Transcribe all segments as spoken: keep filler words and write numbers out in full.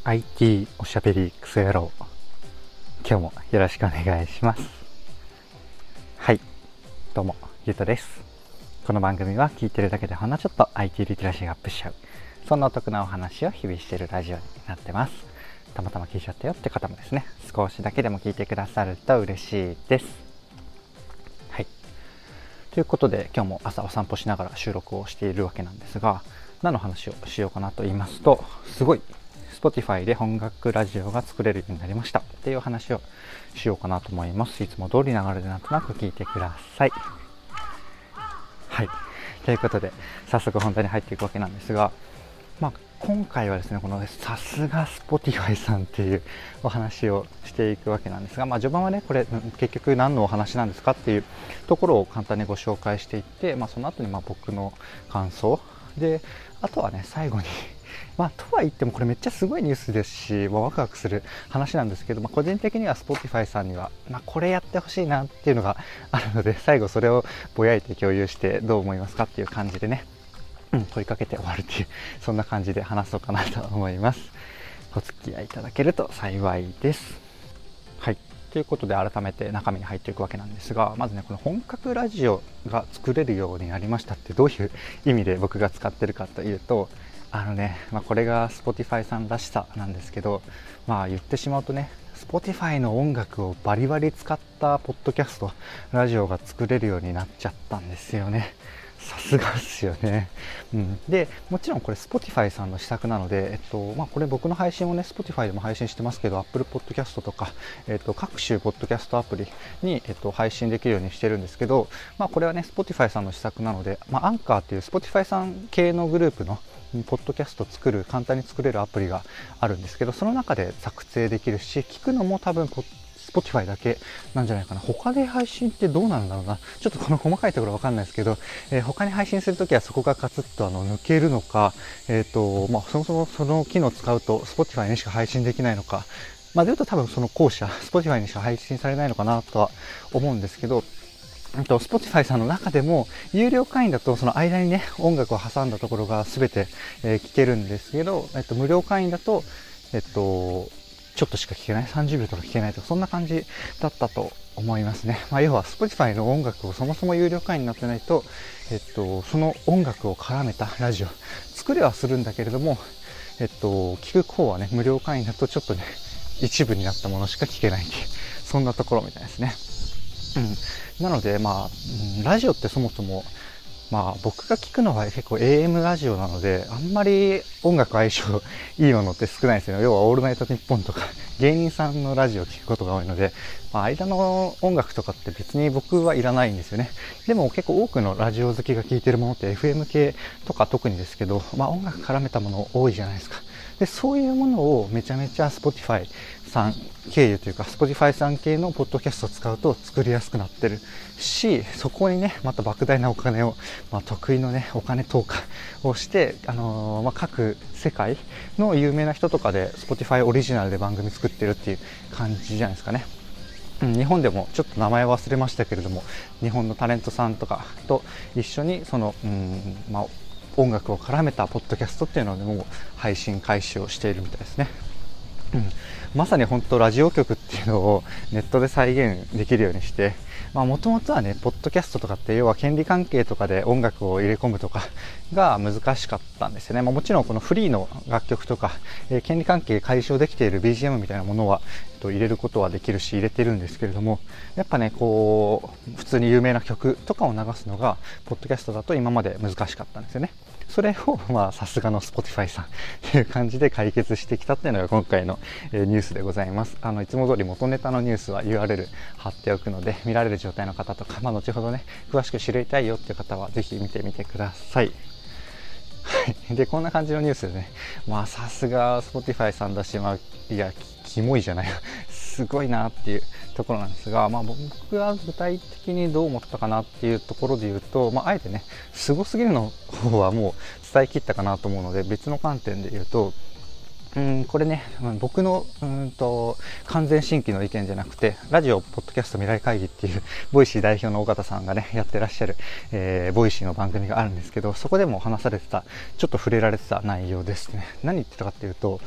アイティー おしゃべりクソ野郎、今日もよろしくお願いします。はい、どうもゆうとです。この番組は聞いてるだけでほんのちょっと アイティー リテラシーがアップしちゃう、そんなお得なお話を日々しているラジオになってます。たまたま聞いちゃったよって方もですね、少しだけでも聞いてくださると嬉しいです。はい、ということで今日も朝お散歩しながら収録をしているわけなんですが、何の話をしようかなと言いますと、すごいSpotify で音楽ラジオが作れるようになりましたっていう話をしようかなと思います。いつも通り流れでなんとなく聞いてください。はい、ということで早速本題に入っていくわけなんですが、まあ、今回はですね、このさすが Spotify さんっていうお話をしていくわけなんですが、まあ、序盤はね、これ結局何のお話なんですかっていうところを簡単にご紹介していって、まあ、その後にまあ僕の感想で、あとはね最後にまあ、とは言ってもこれめっちゃすごいニュースですし、まあ、ワクワクする話なんですけど、まあ、個人的には Spotify さんには、まあ、これやってほしいなっていうのがあるので、最後それをぼやいて共有してどう思いますかっていう感じでね、うん、問いかけて終わるっていう、そんな感じで話そうかなと思います。お付き合いいただけると幸いです。はい、ということで改めて中身に入っていくわけなんですが、まずね、この本格ラジオが作れるようになりましたってどういう意味で僕が使ってるかというと、あのね、まあ、これが Spotify さんらしさなんですけど、まあ言ってしまうとね、Spotify の音楽をバリバリ使ったポッドキャスト、ラジオが作れるようになっちゃったんですよね。さすがですよね。うん、でもちろんこれ Spotify さんの施策なので、えっとまあ、これ僕の配信をね Spotify でも配信してますけど、 Apple Podcast とか、えっと、各種ポッドキャストアプリに、えっと、配信できるようにしてるんですけど、まあ、これはね Spotify さんの施策なので、まあ、アンカーっていう Spotify さん系のグループのポッドキャスト作る簡単に作れるアプリがあるんですけど、その中で作成できるし、聞くのも多分Spotify だけなんじゃないかな。他で配信ってどうなんだろうな。ちょっとこの細かいところわかんないですけど、えー、他に配信するときはそこがカツッとあの抜けるのか、えっと、まあ、そもそもその機能を使うと Spotify にしか配信できないのか、まあ、で言うと多分その後者、Spotify にしか配信されないのかなとは思うんですけど、と Spotify さんの中でも有料会員だとその間にね音楽を挟んだところが全て、えー、聞けるんですけど、えっと、無料会員だと、えっと、ちょっとしか聞けない、さんじゅうびょうとか聞けないとか、そんな感じだったと思いますね。まあ、要は Spotify の音楽をそもそも有料会員になってないと、えっと、その音楽を絡めたラジオ作れはするんだけれども、えっと、聞く方はね無料会員だとちょっとね一部になったものしか聞けないっていう、そんなところみたいですね。うん、なので、まあ、うん、ラジオってそもそも、まあ、僕が聞くのは結構 エーエム ラジオなので、あんまり音楽相性いいものって少ないですよね。要はオールナイトニッポンとか芸人さんのラジオを聞くことが多いので、まあ、間の音楽とかって別に僕はいらないんですよね。でも結構多くのラジオ好きが聞いてるものって エフエム 系とか特にですけど、まあ、音楽絡めたもの多いじゃないですか。でそういうものをめちゃめちゃ Spotify さん経由というか Spotify さん系のポッドキャストを使うと作りやすくなってるし、そこにねまた莫大なお金を、まあ、得意のねお金投下をして、あのーまあ、各世界の有名な人とかで Spotify オリジナルで番組作ってるっていう感じじゃないですかね。うん、日本でもちょっと名前忘れましたけれども、日本のタレントさんとかと一緒にその、うん、まあ音楽を絡めたポッドキャストっていうのでも配信開始をしているみたいですね。うん、まさに本当ラジオ局っていうのをネットで再現できるようにして、もともとはねポッドキャストとかって要は権利関係とかで音楽を入れ込むとかが難しかったんですよね。まあ、もちろんこのフリーの楽曲とか、えー、権利関係解消できている ビージーエム みたいなものは、えっと、入れることはできるし入れてるんですけれども、やっぱねこう普通に有名な曲とかを流すのがポッドキャストだと今まで難しかったんですよね。それをまあさすがの Spotify さんっていう感じで解決してきたっていうのが今回のニュースでございます。あのいつも通り元ネタのニュースは ユーアールエル 貼っておくので、見られる状態の方とか、まあ、後ほどね詳しく知りたいよっていう方はぜひ見てみてください。はい、でこんな感じのニュースでね、まあさすが Spotify さんだし、まあ、いやキモいじゃないすごいなっていうところなんですが、まあ、僕が具体的にどう思ったかなっていうところで言うと、まあ、あえてねすごすぎるの方はもう伝え切ったかなと思うので、別の観点で言うと、うんこれね僕のうんと完全新規の意見じゃなくて、ラジオポッドキャスト未来会議っていうボイシー代表の尾形さんがねやってらっしゃる、えー、ボイシーの番組があるんですけど、そこでも話されてた、ちょっと触れられてた内容ですね。何言ってたかっていうと、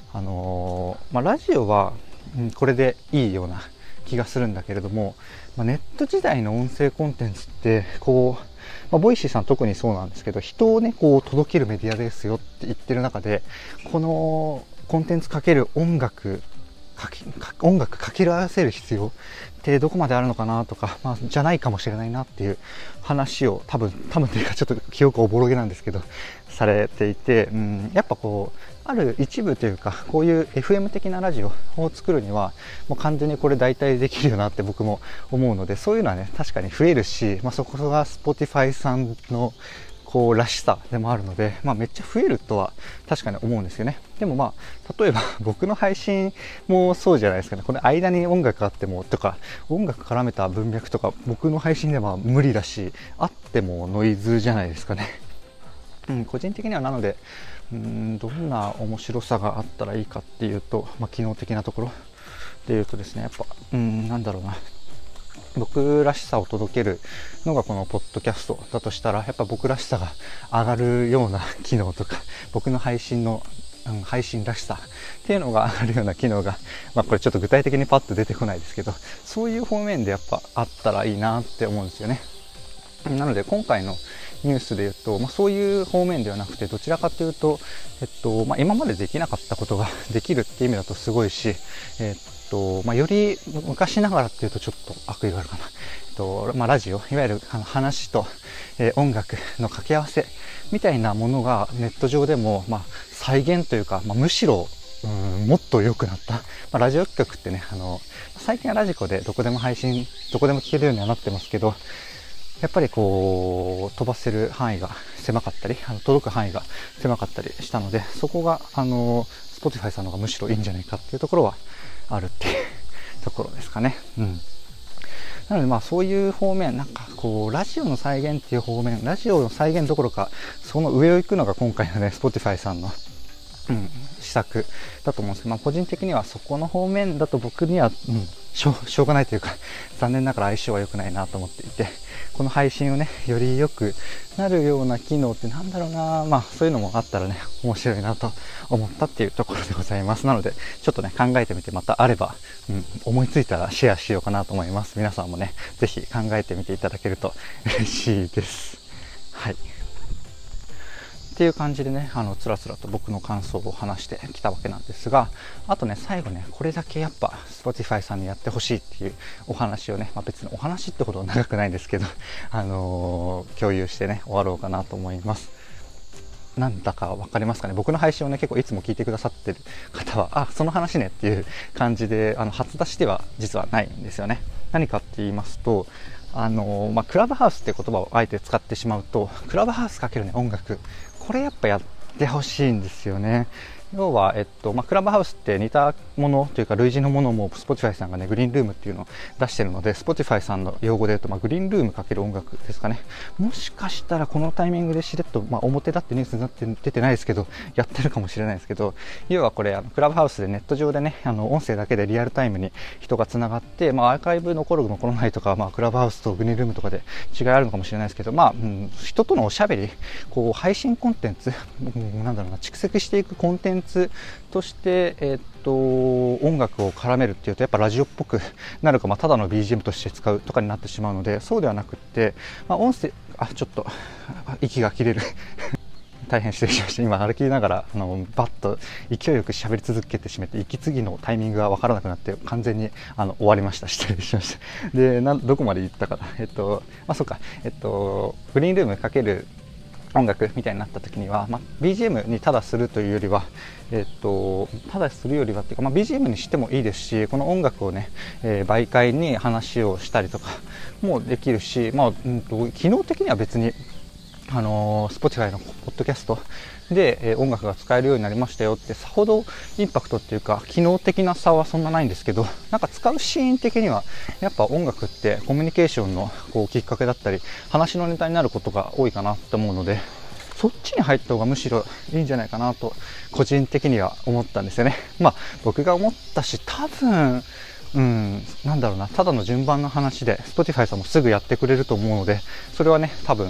あのーまあ、ラジオは、うん、これでいいような気がするんだけれども、まあ、ネット時代の音声コンテンツってこう、まあ、ボイシーさん特にそうなんですけど、人をねこう届けるメディアですよって言ってる中で、このコンテンツかける音楽かけ音楽かけ合わせる必要ってどこまであるのかなとか、まあ、じゃないかもしれないなっていう話を多分多分というかちょっと記憶おぼろげなんですけどされていて、うん、やっぱこうある一部というか、こういう エフエム 的なラジオを作るにはもう完全にこれ代替できるよなって僕も思うので、そういうのはね確かに増えるし、まあ、そこが Spotify さんのこうらしさでもあるので、まあ、めっちゃ増えるとは確かに思うんですよね。でもまあ例えば僕の配信もそうじゃないですかね。この間に音楽あってもとか、音楽絡めた文脈とか僕の配信では無理だし、あってもノイズじゃないですかね。うん、個人的にはなので、うん、どんな面白さがあったらいいかっていうと、まあ、機能的なところでいうとですね、やっぱ、うん、なんだろうな、僕らしさを届けるのがこのポッドキャストだとしたら、やっぱ僕らしさが上がるような機能とか、僕の配信の、うん、配信らしさっていうのが上がるような機能が、まあ、これちょっと具体的にパッと出てこないですけど、そういう方面でやっぱあったらいいなって思うんですよね。なので今回のニュースで言うと、まあ、そういう方面ではなくて、どちらかというと、えっとまあ、今までできなかったことができるっていう意味だとすごいし、えっとまあ、より昔ながらっていうとちょっと悪意があるかな、えっとまあ、ラジオいわゆる話と、えー、音楽の掛け合わせみたいなものがネット上でも、まあ、再現というか、まあ、むしろうんもっと良くなった、まあ、ラジオ局ってね、あの最近はラジコでどこでも配信どこでも聞けるようにはなってますけど、やっぱりこう飛ばせる範囲が狭かったり、あの届く範囲が狭かったりしたので、そこがあの Spotify さんの方がむしろいいんじゃないかっていうところはあるっていうところですかね。うん。なのでまあそういう方面、なんかこうラジオの再現っていう方面、ラジオの再現どころかその上を行くのが今回のね Spotify さんの、うん、施策だと思うんですけど、まあ、個人的にはそこの方面だと僕には、うん、しょう、しょうがないというか残念ながら相性は良くないなと思っていて、この配信をねより良くなるような機能ってなんだろうな、まあそういうのもあったらね面白いなと思ったっていうところでございます。なのでちょっとね考えてみて、またあれば、うん、思いついたらシェアしようかなと思います。皆さんもねぜひ考えてみていただけると嬉しいです。はい、っていう感じでね、あのつらつらと僕の感想を話してきたわけなんですが、あとね最後ね、これだけやっぱ Spotify さんにやってほしいっていうお話をね、まあ、別にお話ってほど長くないんですけどあのー、共有してね終わろうかなと思います。なんだか分かりますかね。僕の配信をね結構いつも聞いてくださってる方は、あ、その話ねっていう感じで、あの初出しでは実はないんですよね。何かって言いますと、あのまあ、クラブハウスっていう言葉をあえて使ってしまうと、クラブハウスかけるね音楽、これやっぱやってほしいんですよね。要は、えっとまあ、クラブハウスって似たものというか類似のものも Spotify さんがねグリーンルームっていうのを出してるので、 Spotify さんの用語で言うと、まあ、グリーンルームかける音楽ですかね。もしかしたらこのタイミングでしれっと、まあ、表だってニュースになって出てないですけどやってるかもしれないですけど、要はこれあのクラブハウスでネット上でね、あの音声だけでリアルタイムに人がつながって、まあ、アーカイブ残る残らないとか、まあ、クラブハウスとグリーンルームとかで違いあるのかもしれないですけど、まあうん、人とのおしゃべり、こう配信コンテンツ、うん、なんだろうな、蓄積していくコンテンツとして、えー、っと音楽を絡めるっていうとやっぱラジオっぽくなるか、まあ、ただの ビージーエム として使うとかになってしまうので、そうではなくって、まあ、音声、あ、ちょっと息が切れる大変失礼しました。今歩きながらあのバッと勢いよく喋り続けてしまって、息継ぎのタイミングが分からなくなって完全にあの終わりました。失礼しました。で、などこまで言ったかな、えっとまあそうか、えっとグリーンルームかける音楽みたいになった時には、まあ、ビージーエム にただするというよりは、えっと、ただするよりはっていうか、まあ、ビージーエム にしてもいいですし、この音楽をね、えー、媒介に話をしたりとかもできるし、まあうんと、機能的には別にあのー、Spotify のポッドキャストで、えー、音楽が使えるようになりましたよってさほどインパクトっていうか機能的な差はそんなないんですけど、なんか使うシーン的にはやっぱ音楽ってコミュニケーションのこうきっかけだったり話のネタになることが多いかなと思うので、そっちに入った方がむしろいいんじゃないかなと個人的には思ったんですよね。まあ僕が思ったし、多分うん、なんだろうな、ただの順番の話で Spotify さんもすぐやってくれると思うので、それはね多分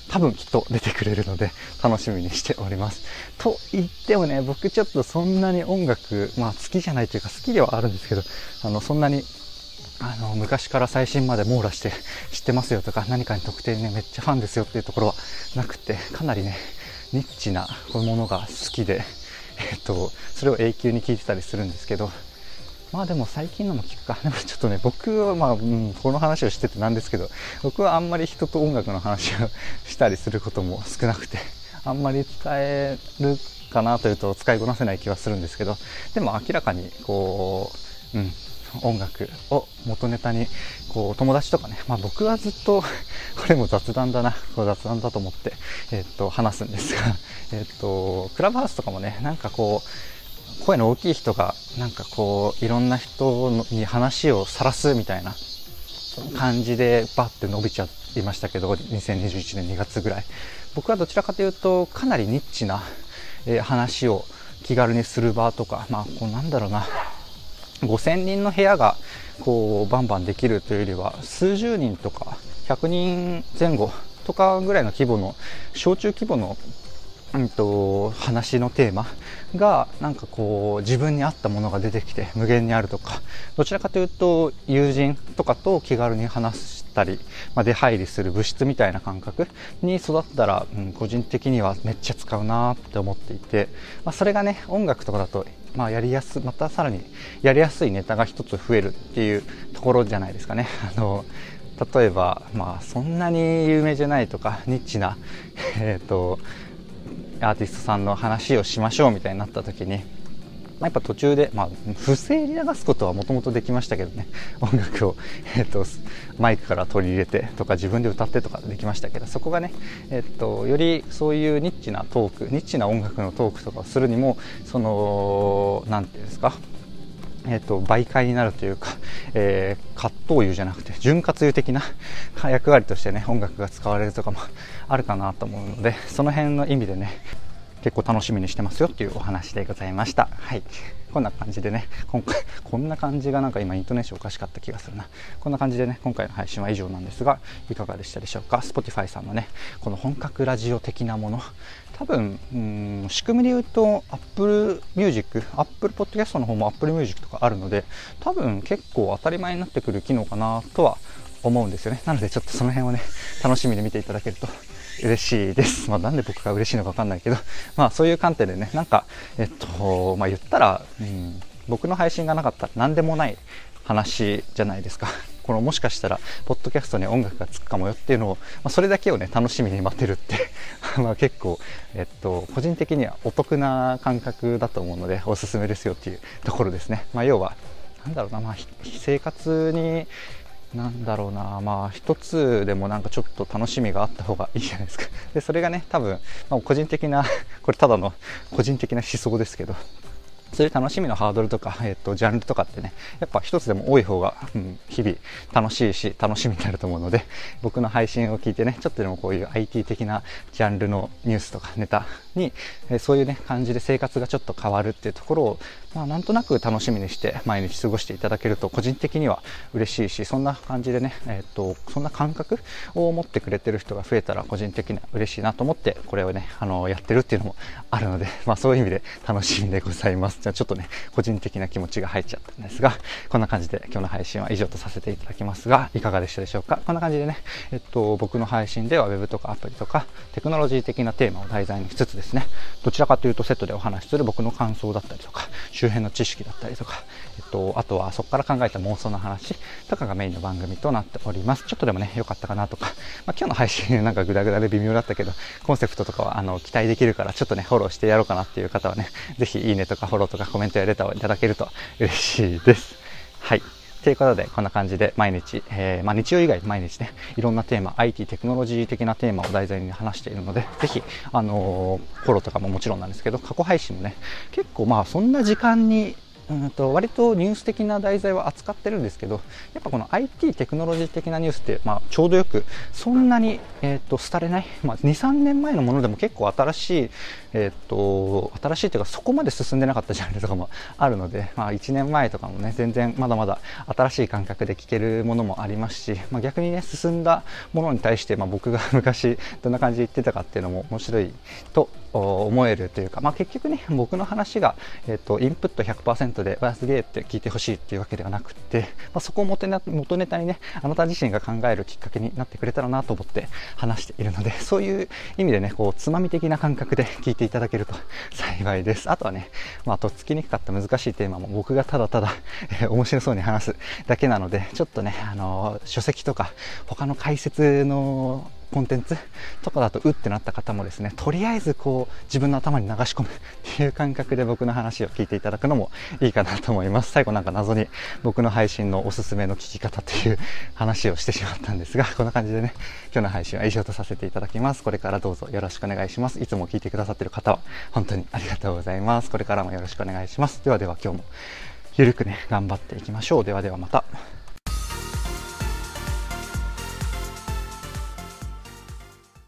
多分きっと出てくれるので楽しみにしております。と言ってもね、僕ちょっとそんなに音楽、まあ好きじゃないというか好きではあるんですけど、あのそんなにあの昔から最新まで網羅して知ってますよとか、何かに特定にねめっちゃファンですよっていうところはなくて、かなりねニッチなこういうものが好きで、えっとそれを永久に聴いてたりするんですけど、まあでも最近のも聞くか。でもちょっとね、僕はまあ、うん、この話をしててなんですけど、僕はあんまり人と音楽の話をしたりすることも少なくて、あんまり使えるかなというと使いこなせない気はするんですけど、でも明らかにこう、うん、音楽を元ネタにこう友達とかね、まあ僕はずっとこれも雑談だな、こう雑談だと思って、えっと話すんですが、えっとクラブハウスとかもね、なんかこう声の大きい人がなんかこういろんな人に話をさらすみたいな感じでバッて伸びちゃいましたけど、にせんにじゅういちねんにがつぐらい、僕はどちらかというとかなりニッチな、えー、話を気軽にする場とか、まあこうなんだろうな、ごせんにんの部屋がこうバンバンできるというよりは、数十人とかひゃくにんぜん後とかぐらいの規模の小中規模のうんと話のテーマがなんかこう自分に合ったものが出てきて無限にあるとか、どちらかというと友人とかと気軽に話したり、まあ、出入りする物質みたいな感覚に育ったら、うん、個人的にはめっちゃ使うなって思っていて、まあ、それがね音楽とかだとまあやりやすまたさらにやりやすいネタが一つ増えるっていうところじゃないですかね。あの例えばまあそんなに有名じゃないとかニッチなえっとアーティストさんの話をしましょうみたいになった時に、やっぱ途中で、まあ、不正に流すことはもともとできましたけどね、音楽を、えっと、マイクから取り入れてとか自分で歌ってとかできましたけど、そこがね、えっと、よりそういうニッチなトークニッチな音楽のトークとかをするにも、そのなんていうんですか、えー、と媒介になるというか、えー、葛藤油じゃなくて潤滑油的な役割としてね音楽が使われるとかもあるかなと思うので、その辺の意味でね結構楽しみにしてますよっていうお話でございました。はい、こんな感じでね今回こんな感じがなんか今イントネーションおかしかった気がするな。こんな感じでね今回の配信は以上なんですが、いかがでしたでしょうか。 Spotify さんのねこの本格ラジオ的なもの、多分うん仕組みで言うと Apple Music、Apple Podcast の方も Apple Music とかあるので、多分結構当たり前になってくる機能かなとは思うんですよね。なのでちょっとその辺をね楽しみに見ていただけると嬉しいです。まあ、なんで僕が嬉しいのか分かんないけど、まあそういう観点でね、なんかえっとまあ言ったら、うん、僕の配信がなかったら何でもない話じゃないですか。このもしかしたらポッドキャストに音楽がつくかもよっていうのを、まあ、それだけをね楽しみに待てるってまあ結構えっと個人的にはお得な感覚だと思うのでおすすめですよっていうところですね。まあ要はなんだろうな、まあ生活になんだろうな、まあ一つでもなんかちょっと楽しみがあった方がいいじゃないですか。でそれがね多分、まあ、個人的なこれただの個人的な思想ですけど、そういう楽しみのハードルとか、えっと、ジャンルとかってねやっぱ一つでも多い方が、うん、日々楽しいし楽しみになると思うので、僕の配信を聞いてねちょっとでもこういう アイティー 的なジャンルのニュースとかネタに、えそういうね感じで生活がちょっと変わるっていうところを、まあ、なんとなく楽しみにして毎日過ごしていただけると個人的には嬉しいし、そんな感じでね、えっと、そんな感覚を持ってくれてる人が増えたら個人的には嬉しいなと思ってこれをねあのやってるっていうのもあるので、まあ、そういう意味で楽しみでございます。じゃあちょっとね個人的な気持ちが入っちゃったんですが、こんな感じで今日の配信は以上とさせていただきますが、いかがでしたでしょうか。こんな感じでね、えっと、僕の配信では Web とかアプリとかテクノロジー的なテーマを題材にしつつですね、どちらかというとセットでお話しする僕の感想だったりとか周辺の知識だったりとか、えっと、あとはそこから考えた妄想の話とかがメインの番組となっております。ちょっとでもね良かったかなとか、まあ、今日の配信なんかグダグダで微妙だったけどコンセプトとかはあの期待できるからちょっとねフォローしてやろうかなっていう方はねぜひいいねとかフォローとかコメントやレターをいただけると嬉しいです。はい、ということでこんな感じで毎日、えーまあ、日曜以外毎日ねいろんなテーマ アイティー テクノロジー的なテーマを題材に話しているので、ぜひ、あのー、フォローとかももちろんなんですけど過去配信もね結構まあそんな時間にうんと割とニュース的な題材は扱ってるんですけど、やっぱこの アイティー テクノロジー的なニュースって、まあ、ちょうどよくそんなに、えー、と廃れない、まあ、にさんねんまえのものでも結構新しい、えー、と新しいというかそこまで進んでなかったジャンルとかもあるので、まあ、いちねんまえとかもね全然まだまだ新しい感覚で聞けるものもありますし、まあ、逆にね進んだものに対して、まあ、僕が昔どんな感じで言ってたかっていうのも面白いと思えるというか、まあ、結局ね僕の話が、えー、とインプット ひゃくパーセント でわすげえって聞いてほしいっていうわけではなくて、まあ、そこを元ネタ、元ネタにねあなた自身が考えるきっかけになってくれたらなと思って話しているので、そういう意味でねこうつまみ的な感覚で聞いていただけると幸いです。あとはね、まあ、とっつきにくかった難しいテーマも僕がただただ、えー、面白そうに話すだけなので、ちょっとね、あのー、書籍とか他の解説のコンテンツとかだとうってなった方もですね、とりあえずこう自分の頭に流し込むっていう感覚で僕の話を聞いていただくのもいいかなと思います。最後なんか謎に僕の配信のおすすめの聞き方という話をしてしまったんですが、こんな感じでね今日の配信は以上とさせていただきます。これからどうぞよろしくお願いします。いつも聞いてくださっている方は本当にありがとうございます。これからもよろしくお願いします。ではでは今日もゆるくね頑張っていきましょう。ではではまた。